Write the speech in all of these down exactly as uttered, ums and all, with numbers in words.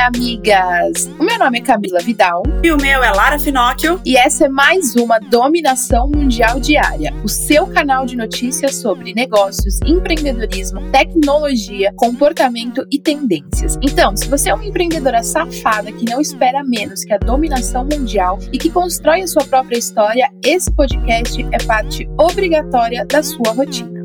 amigas! O meu nome é Camila Vidal. E o meu é Lara Finocchio. E essa é mais uma Dominação Mundial Diária, o seu canal de notícias sobre negócios, empreendedorismo, tecnologia, comportamento e tendências. Então, se você é uma empreendedora safada que não espera menos que a dominação mundial e que constrói a sua própria história, esse podcast é parte obrigatória da sua rotina.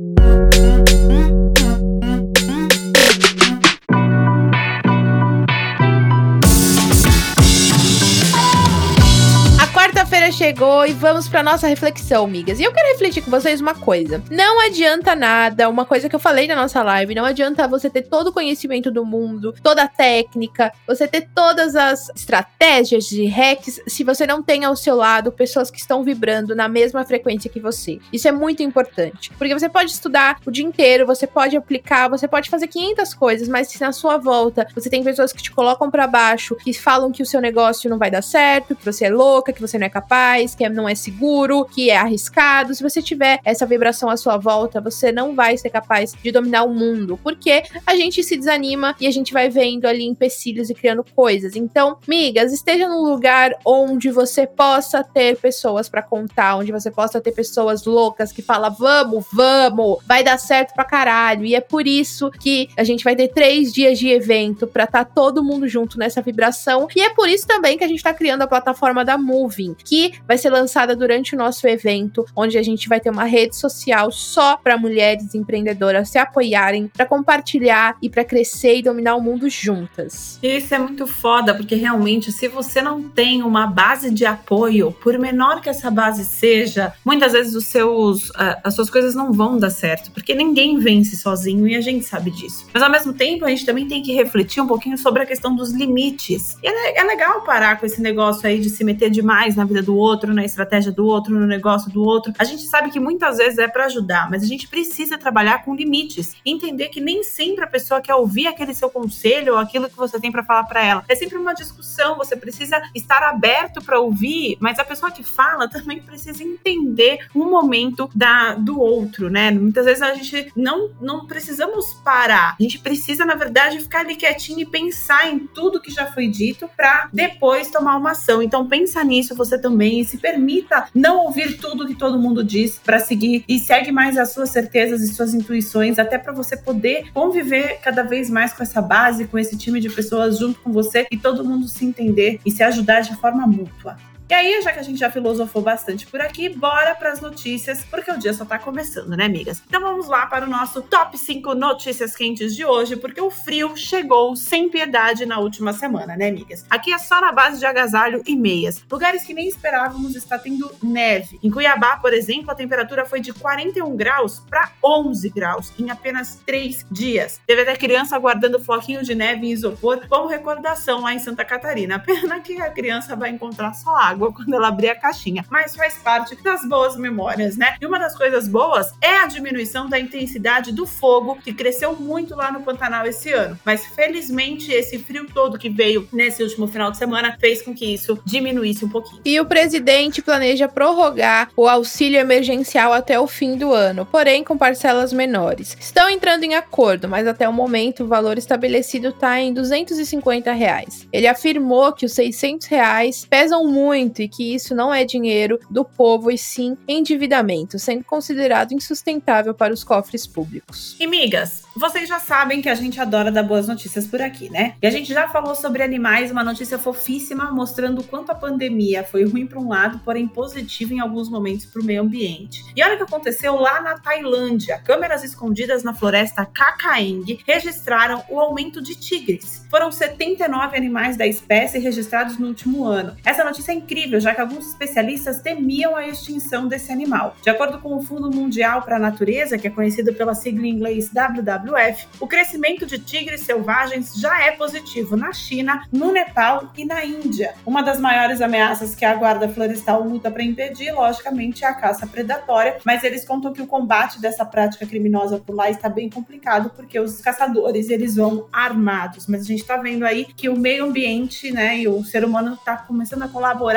Quarta-feira chegou e vamos para nossa reflexão, amigas. E eu quero refletir com vocês uma coisa. Não adianta nada, uma coisa que eu falei na nossa live, não adianta você ter todo o conhecimento do mundo, toda a técnica, você ter todas as estratégias de hacks, se você não tem ao seu lado pessoas que estão vibrando na mesma frequência que você. Isso é muito importante, porque você pode estudar o dia inteiro, você pode aplicar, você pode fazer quinhentas coisas, mas se na sua volta você tem pessoas que te colocam para baixo, que falam que o seu negócio não vai dar certo, que você é louca, que você não é capaz, que não é seguro, que é arriscado. Se você tiver essa vibração à sua volta, você não vai ser capaz de dominar o mundo, porque a gente se desanima e a gente vai vendo ali empecilhos e criando coisas. Então, migas, esteja num lugar onde você possa ter pessoas pra contar, onde você possa ter pessoas loucas que falam, vamos, vamos, vai dar certo pra caralho. E é por isso que a gente vai ter três dias de evento pra estar todo mundo junto nessa vibração. E é por isso também que a gente tá criando a plataforma da Moving, que vai ser lançada durante o nosso evento, onde a gente vai ter uma rede social só para mulheres empreendedoras se apoiarem, para compartilhar e para crescer e dominar o mundo juntas. Isso é muito foda, porque realmente, se você não tem uma base de apoio, por menor que essa base seja, muitas vezes os seus, uh, as suas coisas não vão dar certo, porque ninguém vence sozinho e a gente sabe disso. Mas ao mesmo tempo, a gente também tem que refletir um pouquinho sobre a questão dos limites. E é, é legal parar com esse negócio aí de se meter demais na vida do outro, na estratégia do outro, no negócio do outro. A gente sabe que muitas vezes é para ajudar, mas a gente precisa trabalhar com limites, entender que nem sempre a pessoa quer ouvir aquele seu conselho ou aquilo que você tem para falar para ela. É sempre uma discussão, você precisa estar aberto para ouvir, mas a pessoa que fala também precisa entender o momento da, do outro, né? Muitas vezes a gente não, não precisamos parar, a gente precisa, na verdade, ficar ali quietinho e pensar em tudo que já foi dito para depois tomar uma ação. Então pensa nisso você também e se permita não ouvir tudo que todo mundo diz para seguir e segue mais as suas certezas e suas intuições, até para você poder conviver cada vez mais com essa base, com esse time de pessoas junto com você e todo mundo se entender e se ajudar de forma mútua. E aí, já que a gente já filosofou bastante por aqui, bora para as notícias, porque o dia só tá começando, né, amigas? Então vamos lá para o nosso top cinco notícias quentes de hoje, porque o frio chegou sem piedade na última semana, né, amigas? Aqui é só na base de agasalho e meias. Lugares que nem esperávamos está tendo neve. Em Cuiabá, por exemplo, a temperatura foi de quarenta e um graus para onze graus em apenas três dias. Teve até criança guardando floquinho de neve em isopor como recordação lá em Santa Catarina. Pena que a criança vai encontrar só água quando ela abrir a caixinha, mas faz parte das boas memórias, né? E uma das coisas boas é a diminuição da intensidade do fogo, que cresceu muito lá no Pantanal esse ano, mas felizmente esse frio todo que veio nesse último final de semana fez com que isso diminuísse um pouquinho. E o presidente planeja prorrogar o auxílio emergencial até o fim do ano, porém com parcelas menores. Estão entrando em acordo, mas até o momento o valor estabelecido está em duzentos e cinquenta reais. Ele afirmou que os seiscentos reais pesam muito e que isso não é dinheiro do povo e sim endividamento, sendo considerado insustentável para os cofres públicos. E migas, vocês já sabem que a gente adora dar boas notícias por aqui, né? E a gente já falou sobre animais, uma notícia fofíssima mostrando o quanto a pandemia foi ruim para um lado, porém positiva em alguns momentos para o meio ambiente. E olha o que aconteceu lá na Tailândia. Câmeras escondidas na floresta Kakaeng registraram o aumento de tigres. Foram setenta e nove animais da espécie registrados no último ano. Essa notícia é incrível, já que alguns especialistas temiam a extinção desse animal. De acordo com o Fundo Mundial para a Natureza, que é conhecido pela sigla em inglês W W F, o crescimento de tigres selvagens já é positivo na China, no Nepal e na Índia. Uma das maiores ameaças que a guarda florestal luta para impedir, logicamente, é a caça predatória, mas eles contam que o combate dessa prática criminosa por lá está bem complicado, porque os caçadores, eles vão armados. Mas a gente está vendo aí que o meio ambiente, né, e o ser humano está começando a colaborar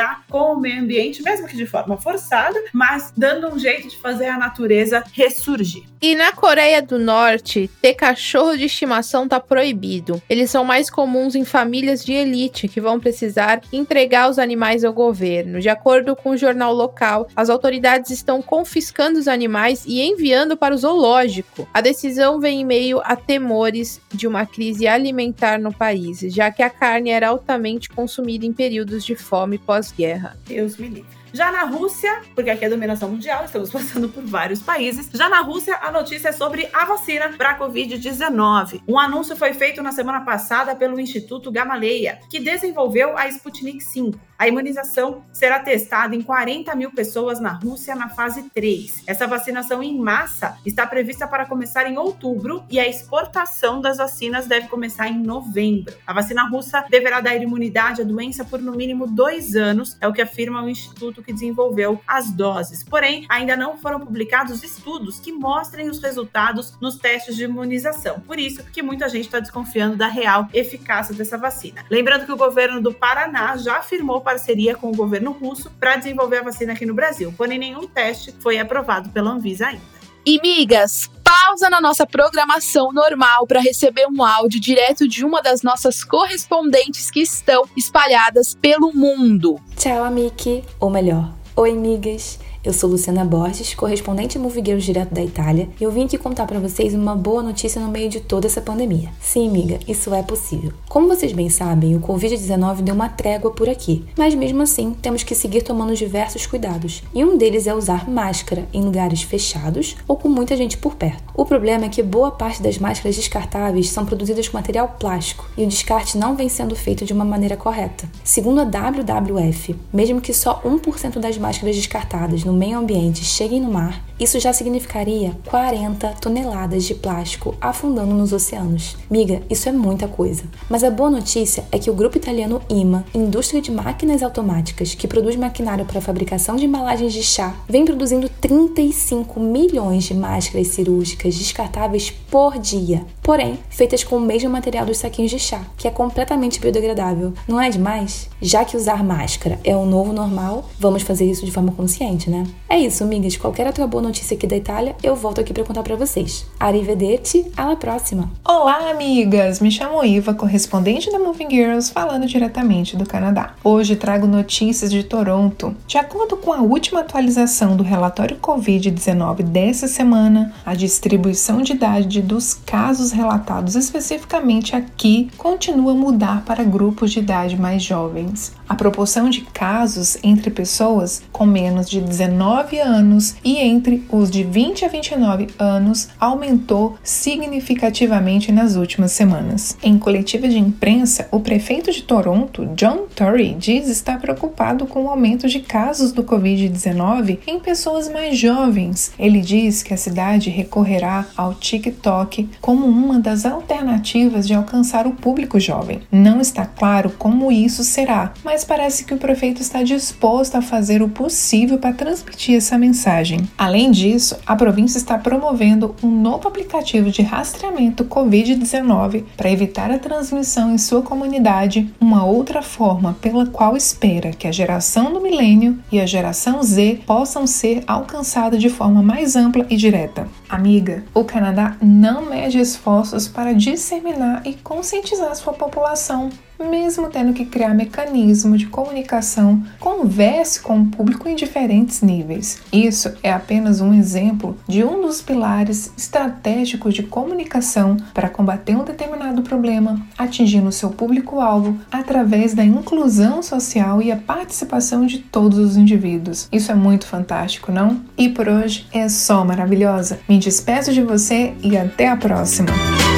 colaborar com o meio ambiente, mesmo que de forma forçada, mas dando um jeito de fazer a natureza ressurgir. E na Coreia do Norte, ter cachorro de estimação tá proibido. Eles são mais comuns em famílias de elite que vão precisar entregar os animais ao governo. De acordo com o jornal local, as autoridades estão confiscando os animais e enviando para o zoológico. A decisão vem em meio a temores de uma crise alimentar no país, já que a carne era altamente consumida em períodos de fome pós-guerra. Deus me livre. Já na Rússia, porque aqui é dominação mundial, estamos passando por vários países. Já na Rússia, a notícia é sobre a vacina para a covid dezenove. Um anúncio foi feito na semana passada pelo Instituto Gamaleya, que desenvolveu a Sputnik cinco. A imunização será testada em quarenta mil pessoas na Rússia na fase três. Essa vacinação em massa está prevista para começar em outubro e a exportação das vacinas deve começar em novembro. A vacina russa deverá dar imunidade à doença por no mínimo dois anos, é o que afirma o Instituto que desenvolveu as doses. Porém, ainda não foram publicados estudos que mostrem os resultados nos testes de imunização. Por isso que muita gente está desconfiando da real eficácia dessa vacina. Lembrando que o governo do Paraná já afirmou parceria com o governo russo para desenvolver a vacina aqui no Brasil. Porém, nenhum teste foi aprovado pela Anvisa ainda. E migas, pausa na nossa programação normal para receber um áudio direto de uma das nossas correspondentes que estão espalhadas pelo mundo. Tchau, Amiki, ou melhor, oi, migas. Eu sou Luciana Borges, correspondente Movie Girls direto da Itália, e eu vim aqui contar pra vocês uma boa notícia no meio de toda essa pandemia. Sim, amiga, isso é possível. Como vocês bem sabem, o covid dezenove deu uma trégua por aqui, mas mesmo assim temos que seguir tomando diversos cuidados, e um deles é usar máscara em lugares fechados ou com muita gente por perto. O problema é que boa parte das máscaras descartáveis são produzidas com material plástico, e o descarte não vem sendo feito de uma maneira correta. Segundo a W W F, mesmo que só um por cento das máscaras descartadas no meio ambiente cheguem no mar, isso já significaria quarenta toneladas de plástico afundando nos oceanos. Miga, isso é muita coisa. Mas a boa notícia é que o grupo italiano I M A, indústria de máquinas automáticas que produz maquinário para a fabricação de embalagens de chá, vem produzindo trinta e cinco milhões de máscaras cirúrgicas descartáveis por dia. Porém, feitas com o mesmo material dos saquinhos de chá, que é completamente biodegradável. Não é demais? Já que usar máscara é o novo normal, vamos fazer isso de forma consciente, né? É isso, amigas. Qualquer outra boa notícia aqui da Itália, eu volto aqui para contar para vocês. Arrivederci, alla próxima! Olá, amigas! Me chamo Iva, correspondente da Movie Girls, falando diretamente do Canadá. Hoje trago notícias de Toronto. De acordo com a última atualização do relatório covid dezenove dessa semana, a distribuição de idade dos casos relatados especificamente aqui continua a mudar para grupos de idade mais jovens. A proporção de casos entre pessoas com menos de dezenove anos e entre os de vinte a vinte e nove anos aumentou significativamente nas últimas semanas. Em coletiva de imprensa, o prefeito de Toronto, John Tory, diz estar preocupado com o aumento de casos do covid dezenove em pessoas mais jovens. Ele diz que a cidade recorrerá ao TikTok como uma das alternativas de alcançar o público jovem. Não está claro como isso será, mas parece que o prefeito está disposto a fazer o possível para transmitir essa mensagem. Além disso, a província está promovendo um novo aplicativo de rastreamento covid dezenove para evitar a transmissão em sua comunidade, uma outra forma pela qual espera que a geração do milênio e a geração Z possam ser alcançadas de forma mais ampla e direta. Amiga, o Canadá não mede esforços para disseminar e conscientizar sua população. Mesmo tendo que criar mecanismo de comunicação, converse com o público em diferentes níveis. Isso é apenas um exemplo de um dos pilares estratégicos de comunicação para combater um determinado problema, atingindo seu público-alvo através da inclusão social e a participação de todos os indivíduos. Isso é muito fantástico, não? E por hoje é só maravilhosa. Me despeço de você e até a próxima!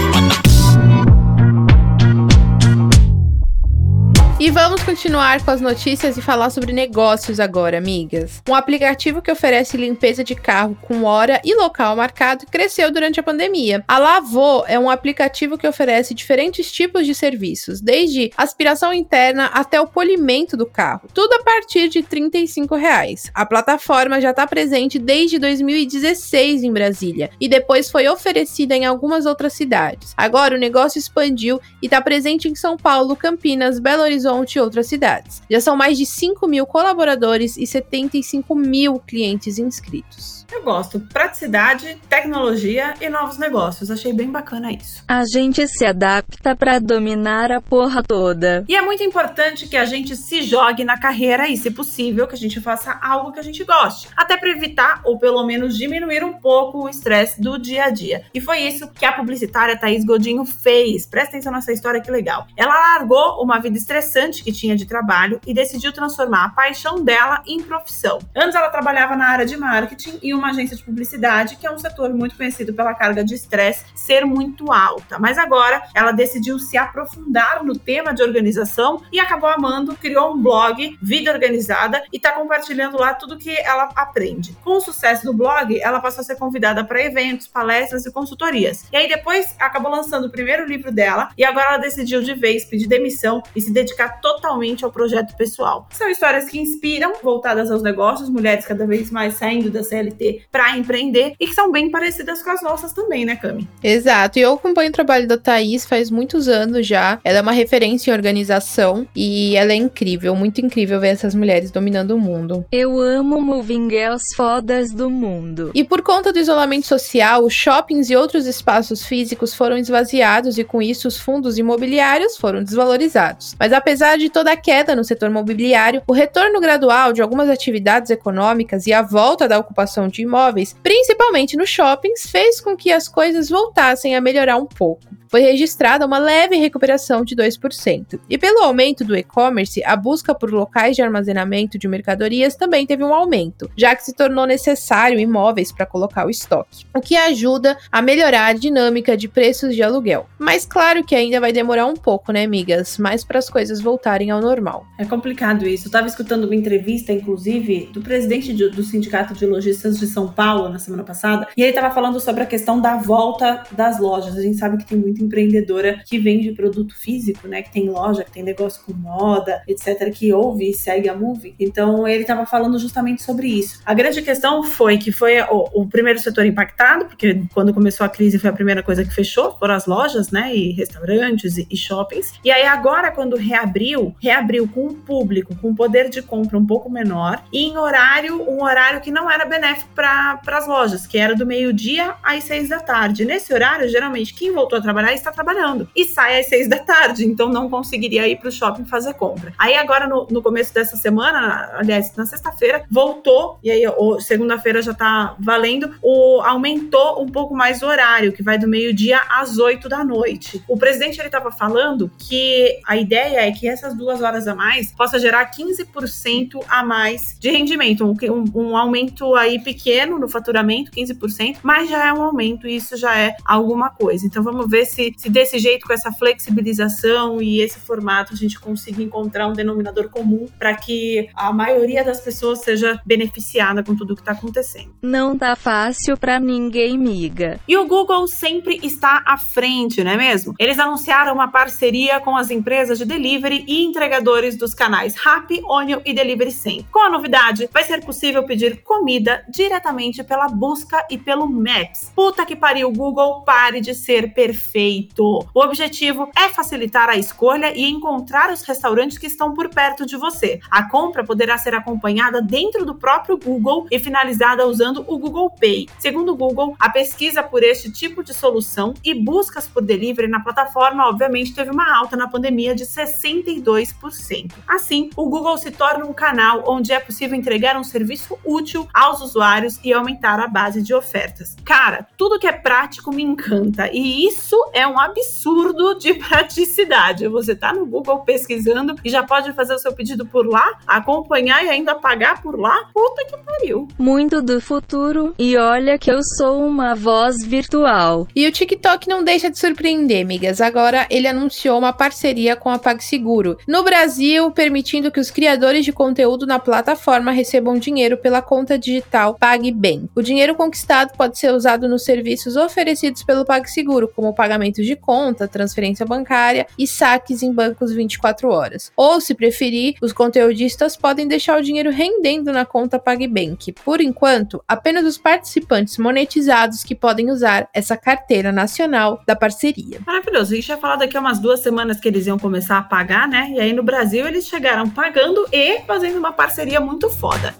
E vamos continuar com as notícias e falar sobre negócios agora, amigas. Um aplicativo que oferece limpeza de carro com hora e local marcado cresceu durante a pandemia. A Lavô é um aplicativo que oferece diferentes tipos de serviços, desde aspiração interna até o polimento do carro, tudo a partir de trinta e cinco reais. A plataforma já está presente desde dois mil e dezesseis em Brasília e depois foi oferecida em algumas outras cidades. Agora o negócio expandiu e está presente em São Paulo, Campinas, Belo Horizonte Horizonte e outras cidades. Já são mais de cinco mil colaboradores e setenta e cinco mil clientes inscritos. Eu gosto. Praticidade, tecnologia e novos negócios. Achei bem bacana isso. A gente se adapta pra dominar a porra toda. E é muito importante que a gente se jogue na carreira e, se possível, que a gente faça algo que a gente goste. Até para evitar, ou pelo menos diminuir um pouco o estresse do dia a dia. E foi isso que a publicitária Thaís Godinho fez. Presta atenção nessa história, que legal. Ela largou uma vida estressante que tinha de trabalho e decidiu transformar a paixão dela em profissão. Antes ela trabalhava na área de marketing e uma agência de publicidade, que é um setor muito conhecido pela carga de estresse ser muito alta. Mas agora ela decidiu se aprofundar no tema de organização e acabou amando, criou um blog, Vida Organizada, e está compartilhando lá tudo que ela aprende. Com o sucesso do blog, ela passou a ser convidada para eventos, palestras e consultorias. E aí depois acabou lançando o primeiro livro dela e agora ela decidiu de vez pedir demissão e se dedicar totalmente ao projeto pessoal. São histórias que inspiram, voltadas aos negócios, mulheres cada vez mais saindo da C L T para empreender e que são bem parecidas com as nossas também, né, Cami? Exato, e eu acompanho o trabalho da Thaís faz muitos anos já. Ela é uma referência em organização e ela é incrível, muito incrível ver essas mulheres dominando o mundo. Eu amo Moving Girls fodas do mundo. E por conta do isolamento social, os shoppings e outros espaços físicos foram esvaziados e com isso os fundos imobiliários foram desvalorizados. Mas apesar de toda a queda no setor imobiliário, o retorno gradual de algumas atividades econômicas e a volta da ocupação de imóveis, principalmente nos shoppings, fez com que as coisas voltassem a melhorar um pouco. Foi registrada uma leve recuperação de dois por cento. E pelo aumento do e-commerce, a busca por locais de armazenamento de mercadorias também teve um aumento, já que se tornou necessário imóveis para colocar o estoque, o que ajuda a melhorar a dinâmica de preços de aluguel. Mas claro que ainda vai demorar um pouco, né, amigas? Mas para as coisas voltarem ao normal. É complicado isso. Eu estava escutando uma entrevista, inclusive, do presidente de, do Sindicato de Lojistas de São Paulo na semana passada, e ele estava falando sobre a questão da volta das lojas. A gente sabe que tem muita empreendedora que vende produto físico, né, que tem loja, que tem negócio com moda, etc, que ouve e segue a Moving. Então ele estava falando justamente sobre isso. A grande questão foi que foi o, o primeiro setor impactado, porque quando começou a crise foi a primeira coisa que fechou, foram as lojas, né, e restaurantes e, e shoppings. E aí agora quando reabriu, reabriu com um público, com um poder de compra um pouco menor e em horário, um horário que não era benéfico para as lojas, que era do meio-dia às seis da tarde. Nesse horário, geralmente quem voltou a trabalhar está trabalhando e sai às seis da tarde, então não conseguiria ir para o shopping fazer compra. Aí agora no, no começo dessa semana, aliás, na sexta-feira, voltou, e aí segunda-feira já tá valendo, o, aumentou um pouco mais o horário, que vai do meio-dia às oito da noite. O presidente, ele tava falando que a ideia é que essas duas horas a mais possa gerar quinze por cento a mais de rendimento, um, um, um aumento aí pequeno no faturamento, quinze por cento, mas já é um aumento e isso já é alguma coisa. Então vamos ver se Se, se desse jeito, com essa flexibilização e esse formato, a gente consiga encontrar um denominador comum para que a maioria das pessoas seja beneficiada com tudo que está acontecendo. Não tá fácil para ninguém, miga. E o Google sempre está à frente, não é mesmo? Eles anunciaram uma parceria com as empresas de delivery e entregadores dos canais Rappi, Onion e Delivery cem. Com a novidade, vai ser possível pedir comida diretamente pela busca e pelo Maps. Puta que pariu, Google, pare de ser perfeito. O objetivo é facilitar a escolha e encontrar os restaurantes que estão por perto de você. A compra poderá ser acompanhada dentro do próprio Google e finalizada usando o Google Pay. Segundo o Google, a pesquisa por este tipo de solução e buscas por delivery na plataforma, obviamente, teve uma alta na pandemia de sessenta e dois por cento. Assim, o Google se torna um canal onde é possível entregar um serviço útil aos usuários e aumentar a base de ofertas. Cara, tudo que é prático me encanta e isso é um absurdo de praticidade. Você tá no Google pesquisando e já pode fazer o seu pedido por lá, acompanhar e ainda pagar por lá. Puta que pariu. Muito do futuro. E olha que eu sou uma voz virtual. E o TikTok não deixa de surpreender, amigas. Agora ele anunciou uma parceria com a PagSeguro no Brasil, permitindo que os criadores de conteúdo na plataforma recebam dinheiro pela conta digital PagBem. O dinheiro conquistado pode ser usado nos serviços oferecidos pelo PagSeguro, como o pagamento cancelamentos de conta, transferência bancária e saques em bancos vinte e quatro horas. Ou, se preferir, os conteudistas podem deixar o dinheiro rendendo na conta PagBank. Por enquanto, apenas os participantes monetizados que podem usar essa carteira nacional da parceria. Maravilhoso. A gente tinha falado aqui há umas duas semanas que eles iam começar a pagar, né? E aí no Brasil eles chegaram pagando e fazendo uma parceria muito foda.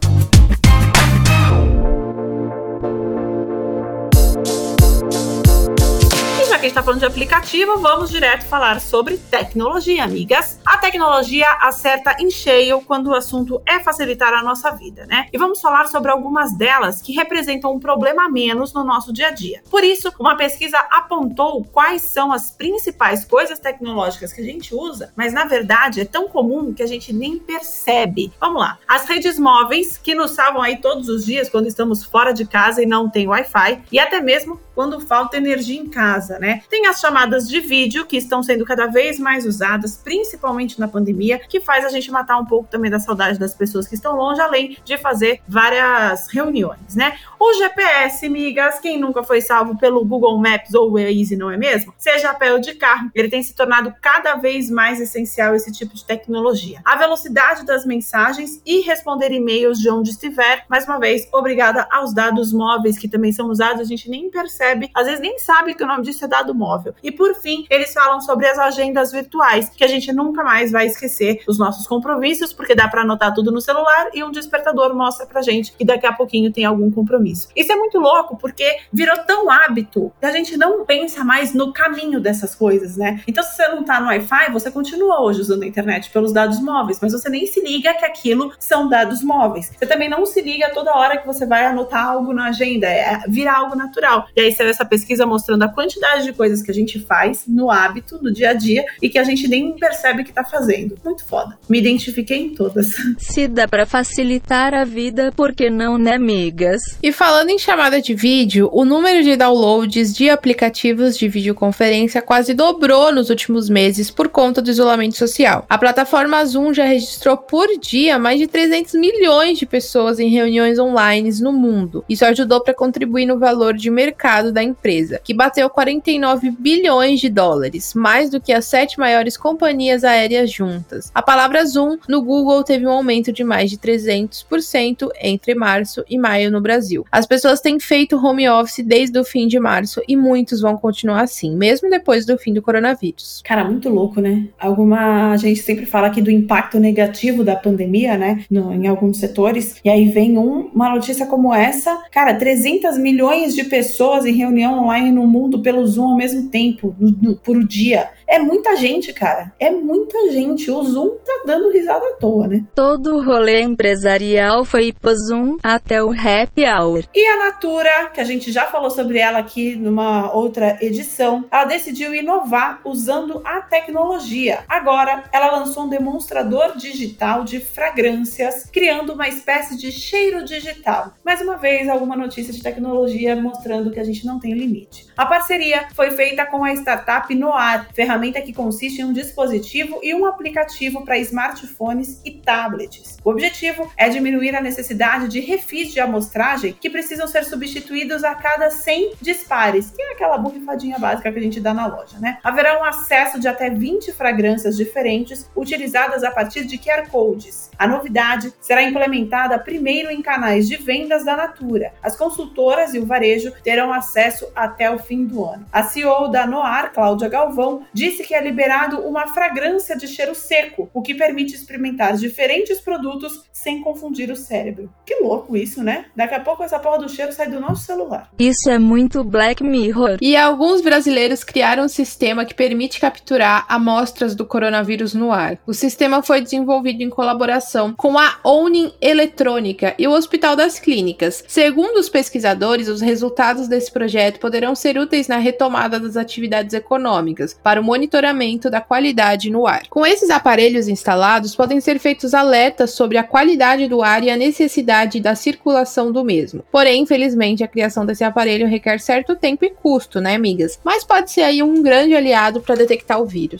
Já que a gente tá falando de aplicativo, vamos direto falar sobre tecnologia, amigas. A tecnologia acerta em cheio quando o assunto é facilitar a nossa vida, né? E vamos falar sobre algumas delas que representam um problema a menos no nosso dia a dia. Por isso, uma pesquisa apontou quais são as principais coisas tecnológicas que a gente usa, mas na verdade é tão comum que a gente nem percebe. Vamos lá. As redes móveis, que nos salvam aí todos os dias quando estamos fora de casa e não tem Wi-Fi, e até mesmo quando falta energia em casa, né? Tem as chamadas de vídeo, que estão sendo cada vez mais usadas, principalmente na pandemia, que faz a gente matar um pouco também da saudade das pessoas que estão longe, além de fazer várias reuniões, né? O G P S, migas, quem nunca foi salvo pelo Google Maps ou Waze, não é mesmo? Seja a pé ou de carro, ele tem se tornado cada vez mais essencial esse tipo de tecnologia. A velocidade das mensagens e responder e-mails de onde estiver, mais uma vez, obrigada aos dados móveis que também são usados, a gente nem percebe, às vezes nem sabe que o nome disso é dado móvel. E por fim, eles falam sobre as agendas virtuais, que a gente nunca mais vai esquecer os nossos compromissos, porque dá para anotar tudo no celular e um despertador mostra pra gente que daqui a pouquinho tem algum compromisso. Isso é muito louco, porque virou tão hábito que a gente não pensa mais no caminho dessas coisas, né? Então, se você não tá no Wi-Fi, você continua hoje usando a internet pelos dados móveis, mas você nem se liga que aquilo são dados móveis. Você também não se liga toda hora que você vai anotar algo na agenda, é virar algo natural. E aí saiu essa pesquisa mostrando a quantidade de coisas que a gente faz no hábito, no dia a dia, e que a gente nem percebe que tá fazendo. Muito foda. Me identifiquei em todas. Se dá pra facilitar a vida, por que não, né, amigas? E falando em chamada de vídeo, o número de downloads de aplicativos de videoconferência quase dobrou nos últimos meses por conta do isolamento social. A plataforma Zoom já registrou por dia mais de trezentos milhões de pessoas em reuniões online no mundo. Isso ajudou para contribuir no valor de mercado da empresa, que bateu quarenta e nove bilhões de dólares, mais do que as sete maiores companhias aéreas juntas. A palavra Zoom no Google teve um aumento de mais de trezentos por cento entre março e maio no Brasil. As pessoas têm feito home office desde o fim de março e muitos vão continuar assim, mesmo depois do fim do coronavírus. Cara, muito louco, né? Alguma... A gente sempre fala aqui do impacto negativo da pandemia, né? No, em alguns setores. E aí vem um, uma notícia como essa. Cara, trezentos milhões de pessoas em reunião online no mundo pelo Zoom ao mesmo tempo, no, no, por dia. É muita gente, cara. É muita gente. O Zoom tá dando risada à toa, né? Todo o rolê empresarial foi pro Zoom até o happy hour. E a Natura, que a gente já falou sobre ela aqui numa outra edição, ela decidiu inovar usando a tecnologia. Agora, ela lançou um demonstrador digital de fragrâncias, criando uma espécie de cheiro digital. Mais uma vez, alguma notícia de tecnologia mostrando que a gente não tem limite. A parceria foi feita com a startup Noar, ferramenta que consiste em um dispositivo e um aplicativo para smartphones e tablets. O objetivo é diminuir a necessidade de refis de amostragem que precisam ser substituídos a cada cem dispares, que é aquela borrifadinha básica que a gente dá na loja, né? Haverá um acesso de até vinte fragrâncias diferentes utilizadas a partir de Q R Codes. A novidade será implementada primeiro em canais de vendas da Natura. As consultoras e o varejo terão acesso até o fim do ano. A C E O da Noar, Cláudia Galvão, disse que é liberado uma fragrância de cheiro seco, o que permite experimentar diferentes produtos sem confundir o cérebro. Que louco isso, né? Daqui a pouco essa porra do cheiro sai do nosso celular. Isso é muito Black Mirror. E alguns brasileiros criaram um sistema que permite capturar amostras do coronavírus no ar. O sistema foi desenvolvido em colaboração com a Owning Eletrônica e o Hospital das Clínicas. Segundo os pesquisadores, os resultados desse projeto poderão ser úteis na retomada das atividades econômicas, para o monitoramento da qualidade no ar. Com esses aparelhos instalados, podem ser feitos alertas sobre a qualidade do ar e a necessidade da circulação do mesmo. Porém, infelizmente, a criação desse aparelho requer certo tempo e custo, né, amigas? Mas pode ser aí um grande aliado para detectar o vírus.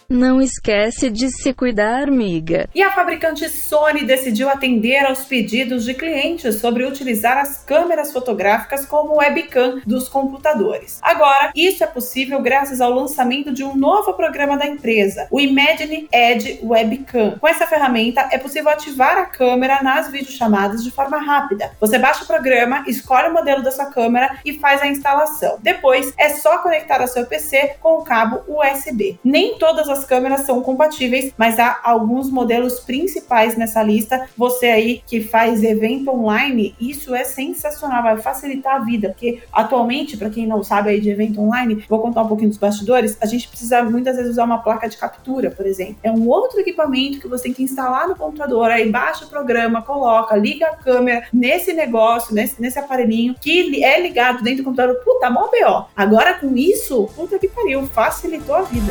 Não esquece de se cuidar, miga. E a fabricante Sony decidiu atender aos pedidos de clientes sobre utilizar as câmeras fotográficas como webcam dos computadores. Agora, isso é possível graças ao lançamento de um novo programa da empresa, o Imagine Edge Webcam. Com essa ferramenta, é possível ativar a câmera nas videochamadas de forma rápida. Você baixa o programa, escolhe o modelo da sua câmera e faz a instalação. Depois, é só conectar ao seu P C com o cabo U S B. Nem todas as câmeras são compatíveis, mas há alguns modelos principais nessa lista. Você aí que faz evento online, isso é sensacional, vai facilitar a vida, porque atualmente, para quem não sabe aí de evento online, vou contar um pouquinho dos bastidores, a gente precisa muitas vezes usar uma placa de captura, por exemplo. É um outro equipamento que você tem que instalar no computador, aí baixa o programa, coloca, liga a câmera nesse negócio, nesse, nesse aparelhinho, que é ligado dentro do computador. Puta, mó B O. Agora com isso, puta que pariu, facilitou a vida.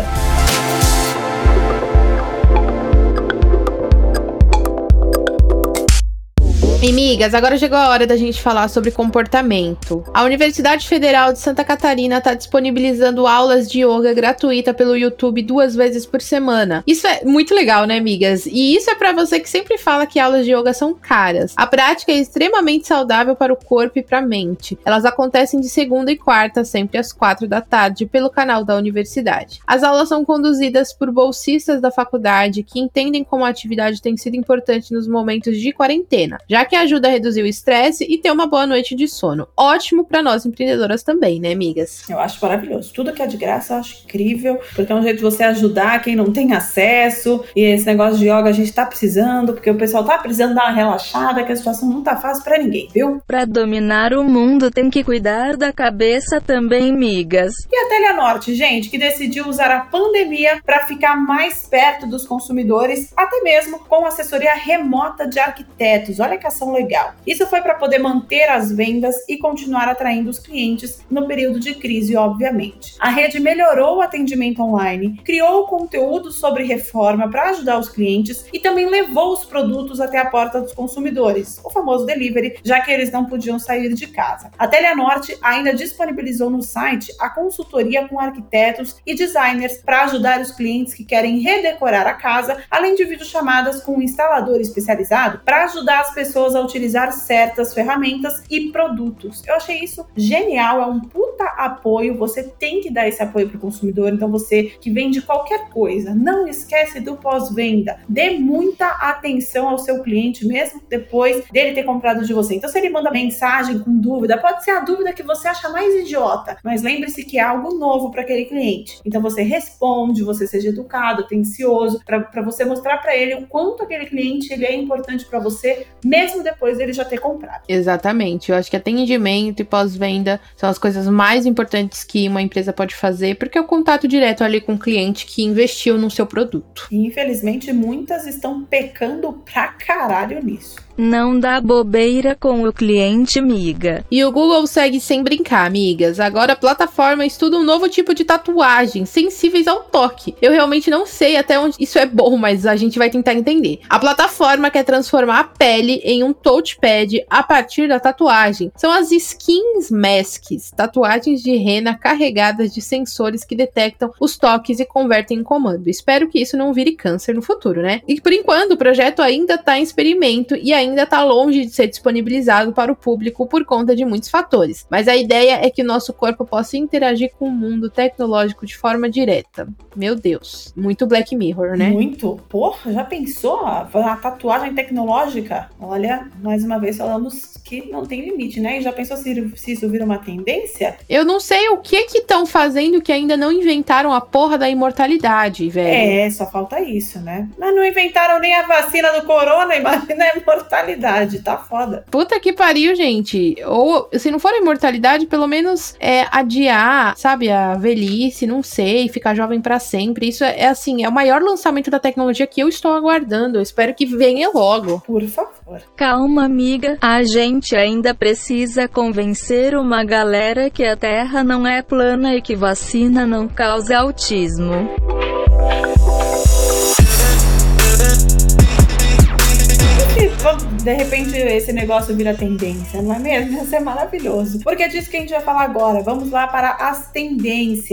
Amigas, agora chegou a hora da gente falar sobre comportamento. A Universidade Federal de Santa Catarina está disponibilizando aulas de yoga gratuita pelo YouTube duas vezes por semana. Isso é muito legal, né, amigas? E isso é para você que sempre fala que aulas de yoga são caras. A prática é extremamente saudável para o corpo e para a mente. Elas acontecem de segunda e quarta, sempre às quatro da tarde, pelo canal da universidade. As aulas são conduzidas por bolsistas da faculdade que entendem como a atividade tem sido importante nos momentos de quarentena, já que ajuda a reduzir o estresse e ter uma boa noite de sono. Ótimo para nós empreendedoras também, né, amigas? Eu acho maravilhoso. Tudo que é de graça eu acho incrível, porque é um jeito de você ajudar quem não tem acesso. E esse negócio de yoga a gente tá precisando, porque o pessoal tá precisando dar uma relaxada, que a situação não tá fácil pra ninguém, viu? Pra dominar o mundo tem que cuidar da cabeça também, migas. E a Telenorte, gente, que decidiu usar a pandemia para ficar mais perto dos consumidores, até mesmo com assessoria remota de arquitetos. Olha que ação legal. Isso foi para poder manter as vendas e continuar atraindo os clientes no período de crise, obviamente. A rede melhorou o atendimento online, criou conteúdo sobre reforma para ajudar os clientes e também levou os produtos até a porta dos consumidores, o famoso delivery, já que eles não podiam sair de casa. A Telenorte ainda disponibilizou no site a consultoria com arquitetos e designers para ajudar os clientes que querem redecorar a casa, além de videochamadas com um instalador especializado para ajudar as pessoas a utilizar certas ferramentas e produtos. Eu achei isso genial, é um puta apoio, você tem que dar esse apoio para o consumidor. Então você que vende qualquer coisa, não esquece do pós-venda, dê muita atenção ao seu cliente, mesmo depois dele ter comprado de você. Então se ele manda mensagem com dúvida, pode ser a dúvida que você acha mais idiota, mas lembre-se que é algo novo para aquele cliente. Então você responde, você seja educado, atencioso, para você mostrar para ele o quanto aquele cliente ele é importante para você, mesmo depois dele já ter comprado. Exatamente, eu acho que atendimento e pós-venda são as coisas mais importantes que uma empresa pode fazer, porque é o contato direto ali com o cliente que investiu no seu produto. E infelizmente muitas estão pecando pra caralho nisso. Não dá bobeira com o cliente, miga. E o Google segue sem brincar, amigas. Agora a plataforma estuda um novo tipo de tatuagem, sensíveis ao toque. Eu realmente não sei até onde isso é bom, mas a gente vai tentar entender. A plataforma quer transformar a pele em um touchpad a partir da tatuagem. São as Skins Masks, tatuagens de rena carregadas de sensores que detectam os toques e convertem em comando. Espero que isso não vire câncer no futuro, né? E por enquanto o projeto ainda está em experimento e ainda ainda está longe de ser disponibilizado para o público por conta de muitos fatores. Mas a ideia é que o nosso corpo possa interagir com o mundo tecnológico de forma direta. Meu Deus, muito Black Mirror, né? Muito. Porra, já pensou? A tatuagem tecnológica? Olha, mais uma vez falamos que não tem limite, né? E já pensou se, se isso vira uma tendência? Eu não sei o que que estão fazendo que ainda não inventaram a porra da imortalidade, velho. É, só falta isso, né? Mas não inventaram nem a vacina do corona, imagina a imortalidade. Tá foda. Puta que pariu, gente. Ou, se não for a imortalidade, pelo menos é, adiar, sabe, a velhice, não sei, ficar jovem pra sempre. Isso é, é assim, é o maior lançamento da tecnologia que eu estou aguardando. Eu espero que venha logo. Por favor. Calma, amiga. A gente ainda precisa convencer uma galera que a Terra não é plana e que vacina não causa autismo. De repente esse negócio vira tendência, não é mesmo? Isso é maravilhoso. Porque é disso que a gente vai falar agora. Vamos lá para as tendências.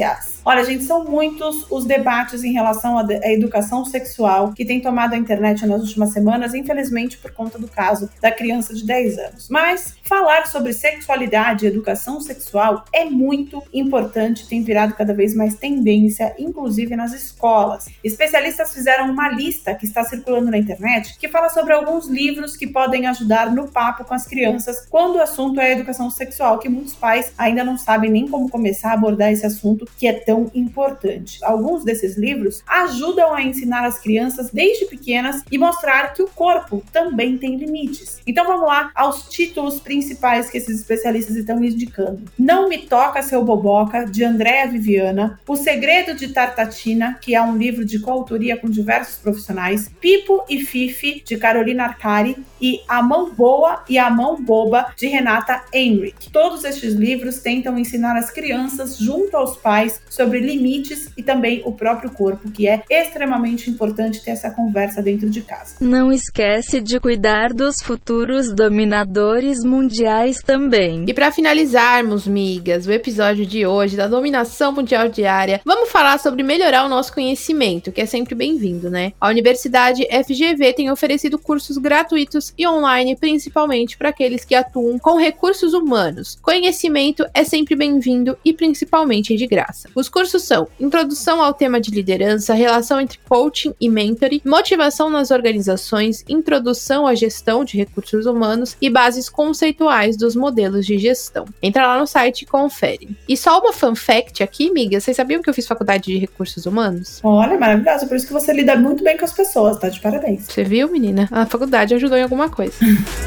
Olha, gente, são muitos os debates em relação à educação sexual que tem tomado a internet nas últimas semanas, infelizmente por conta do caso da criança de dez anos. Mas falar sobre sexualidade e educação sexual é muito importante, tem virado cada vez mais tendência, inclusive nas escolas. Especialistas fizeram uma lista que está circulando na internet que fala sobre alguns livros que podem ajudar no papo com as crianças quando o assunto é a educação sexual, que muitos pais ainda não sabem nem como começar a abordar esse assunto que é tão importante. Alguns desses livros ajudam a ensinar as crianças desde pequenas e mostrar que o corpo também tem limites. Então vamos lá aos títulos principais que esses especialistas estão indicando. Não Me Toca Seu Boboca, de Andréa Viviana, O Segredo de Tartatina, que é um livro de coautoria com diversos profissionais, Pipo e Fifi, de Carolina Arcari, e A Mão Boa e A Mão Boba, de Renata Enrique. Todos estes livros tentam ensinar as crianças, junto aos pais, sobre limites e também o próprio corpo, que é extremamente importante ter essa conversa dentro de casa. Não esquece de cuidar dos futuros dominadores mundiais também. E para finalizarmos, migas, o episódio de hoje da dominação mundial diária, vamos falar sobre melhorar o nosso conhecimento, que é sempre bem-vindo, né? A Universidade F G V tem oferecido cursos gratuitos e online, principalmente para aqueles que atuam com recursos humanos. Conhecimento é sempre bem-vindo e principalmente de graça. Os cursos são Introdução ao tema de liderança, relação entre coaching e mentoring, motivação nas organizações, introdução à gestão de recursos humanos e bases conceituais dos modelos de gestão. Entra lá no site e confere. E só uma fun fact aqui, amiga, vocês sabiam que eu fiz faculdade de recursos humanos? Olha, maravilhoso, por isso que você lida muito bem com as pessoas, tá? De parabéns. Você viu, menina? A faculdade ajudou em alguma coisa.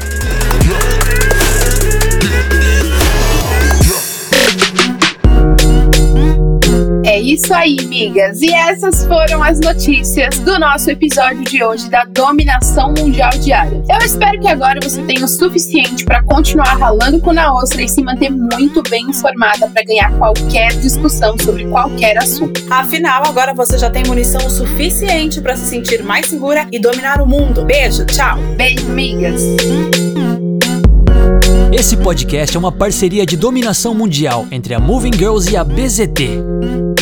É isso aí, migas. E essas foram as notícias do nosso episódio de hoje da Dominação Mundial Diária. Eu espero que agora você tenha o suficiente para continuar ralando com na ostra e se manter muito bem informada para ganhar qualquer discussão sobre qualquer assunto. Afinal, agora você já tem munição o suficiente para se sentir mais segura e dominar o mundo. Beijo, tchau. Beijo, migas. Esse podcast é uma parceria de dominação mundial entre a Moving Girls e a B Z T.